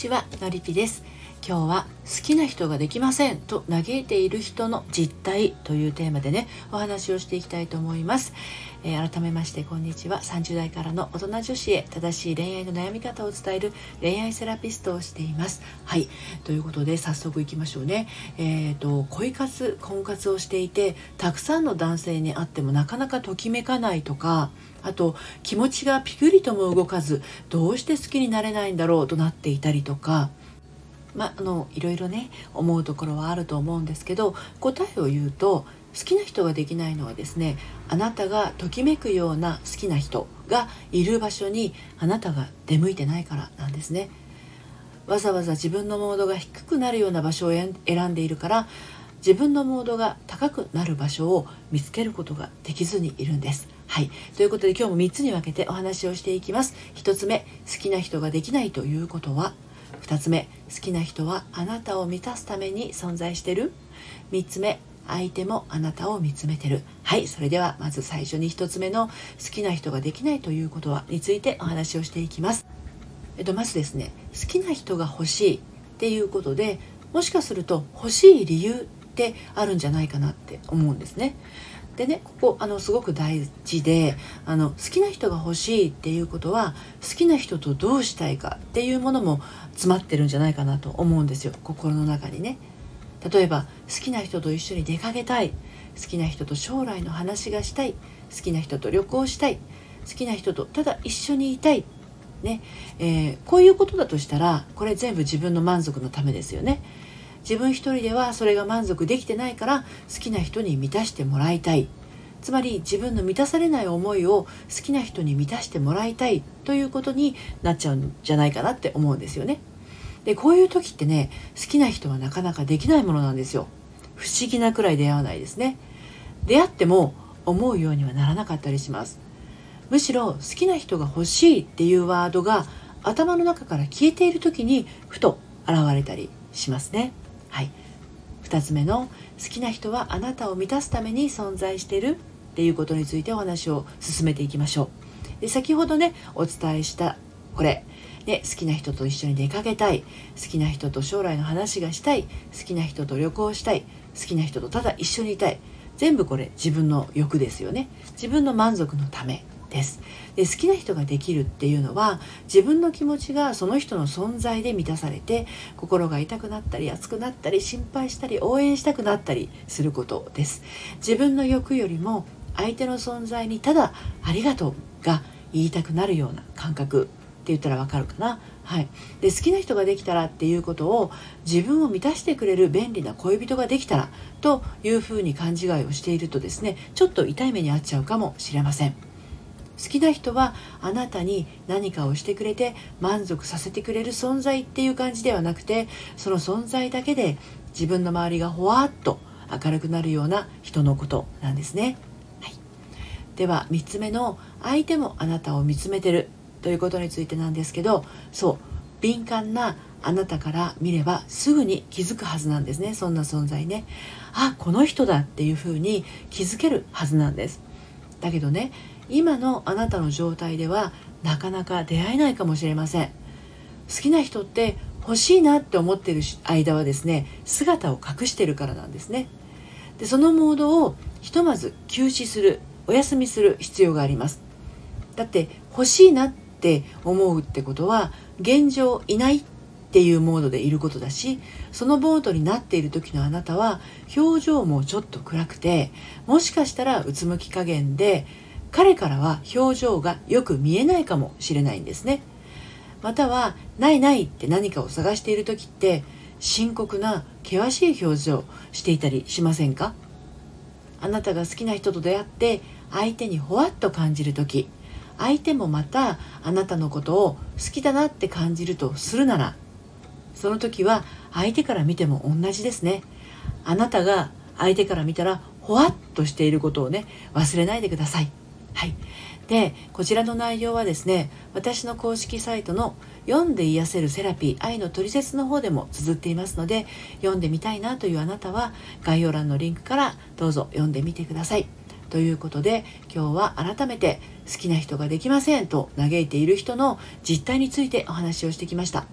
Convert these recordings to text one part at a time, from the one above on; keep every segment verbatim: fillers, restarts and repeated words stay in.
ちは、のりぴです。今日は好きな人ができませんと嘆いている人の実態というテーマでね、お話をしていきたいと思います。えー、改めましてこんにちは。さんじゅう代からの大人女子へ正しい恋愛の悩み方を伝える恋愛セラピストをしています。はい、ということで早速いきましょうね。えーと恋活婚活をしていて、たくさんの男性に会ってもなかなかときめかないとか、あと気持ちがピクリとも動かず、どうして好きになれないんだろうとなっていたりとか、まあ、あのいろいろね思うところはあると思うんですけど、答えを言うと、好きな人ができないのはですね、あなたがときめくような好きな人がいる場所にあなたが出向いてないからなんですね。わざわざ自分のモードが低くなるような場所を選んでいるから、自分のモードが高くなる場所を見つけることができずにいるんです。はい、ということで今日もみっつに分けてお話をしていきます。ひとつめ、好きな人ができないということは。ふたつめ、好きな人はあなたを満たすために存在してる。みっつめ、相手もあなたを見つめてる。はい、それではまず最初にひとつめの好きな人ができないということはについてお話をしていきます。えっと、まずですね、好きな人が欲しいっていうことで、もしかすると欲しい理由ってあるんじゃないかなって思うんですね。でね、ここあのすごく大事で、あの好きな人が欲しいっていうことは、好きな人とどうしたいかっていうものも詰まってるんじゃないかなと思うんですよ、心の中にね。例えば好きな人と一緒に出かけたい、好きな人と将来の話がしたい、好きな人と旅行したい、好きな人とただ一緒にいたいね、えー、こういうことだとしたら、これ全部自分の満足のためですよね。自分一人ではそれが満足できてないから、好きな人に満たしてもらいたい。つまり自分の満たされない思いを好きな人に満たしてもらいたいということになっちゃうんじゃないかなって思うんですよね。で、こういう時ってね、好きな人はなかなかできないものなんですよ。不思議なくらい出会わないですね。出会っても思うようにはならなかったりします。むしろ好きな人が欲しいっていうワードが頭の中から消えている時にふと現れたりしますね。はい、ふたつめの好きな人はあなたを満たすために存在しているっていうことについてお話を進めていきましょう。で、先ほどねお伝えしたこれで、好きな人と一緒に出かけたい、好きな人と将来の話がしたい、好きな人と旅行したい、好きな人とただ一緒にいたい、全部これ自分の欲ですよね。自分の満足のためです。で、好きな人ができるっていうのは、自分の気持ちがその人の存在で満たされて、心が痛くなったり熱くなったり心配したり応援したくなったりすることです。自分の欲よりも相手の存在にただありがとうが言いたくなるような感覚って言ったらわかるかな。はい、で、好きな人ができたらっていうことを、自分を満たしてくれる便利な恋人ができたらというふうに勘違いをしているとですね、ちょっと痛い目に遭っちゃうかもしれません。好きな人はあなたに何かをしてくれて満足させてくれる存在っていう感じではなくて、その存在だけで自分の周りがほわっと明るくなるような人のことなんですね。はい、ではみっつめの相手もあなたを見つめてるということについてなんですけど、そう、敏感なあなたから見ればすぐに気づくはずなんですね。そんな存在ね、あ、この人だっていうふうに気づけるはずなんです。だけどね、今のあなたの状態ではなかなか出会えないかもしれません。好きな人って欲しいなって思っている間はですね、姿を隠しているからなんですね。で、そのモードをひとまず休止する、お休みする必要があります。だって欲しいなって思うってことは、現状いないっていうモードでいることだし、そのモードになっている時のあなたは表情もちょっと暗くて、もしかしたらうつむき加減で、彼からは表情がよく見えないかもしれないんですね。またはないないって何かを探している時って、深刻な険しい表情していたりしませんか？あなたが好きな人と出会って相手にほわっと感じる時、相手もまたあなたのことを好きだなって感じるとするなら、その時は相手から見ても同じですね。あなたが相手から見たらほわっとしていることをね、忘れないでください。はい、で、こちらの内容はですね、私の公式サイトの読んで癒せるセラピー愛のトリセツの方でも綴っていますので、読んでみたいなというあなたは概要欄のリンクからどうぞ読んでみてください。ということで、今日は改めて好きな人ができませんと嘆いている人の実態についてお話をしてきました。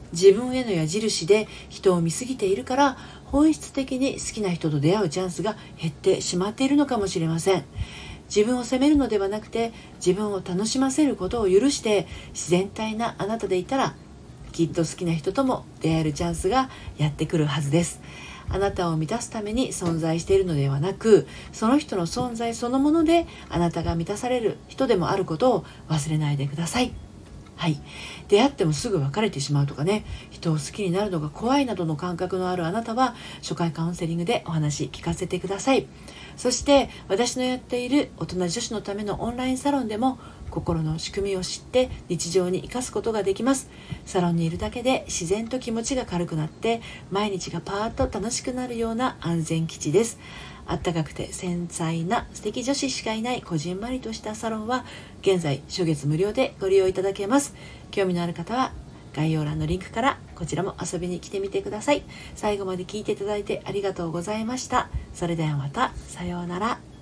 自分への矢印で人を見すぎているから、本質的に好きな人と出会うチャンスが減ってしまっているのかもしれません。自分を責めるのではなくて、自分を楽しませることを許して自然体なあなたでいたら、きっと好きな人とも出会えるチャンスがやってくるはずです。あなたを満たすために存在しているのではなく、その人の存在そのものであなたが満たされる人でもあることを忘れないでください。はい、出会ってもすぐ別れてしまうとかね、人を好きになるのが怖いなどの感覚のあるあなたは、初回カウンセリングでお話聞かせてください。そして私のやっている大人女子のためのオンラインサロンでも、心の仕組みを知って日常に生かすことができます。サロンにいるだけで自然と気持ちが軽くなって、毎日がパーッと楽しくなるような安全基地です。あったかくて繊細な素敵女子しかいないこじんまりとしたサロンは、現在初月無料でご利用いただけます。興味のある方は概要欄のリンクからこちらも遊びに来てみてください。最後まで聞いていただいてありがとうございました。それではまた、さようなら。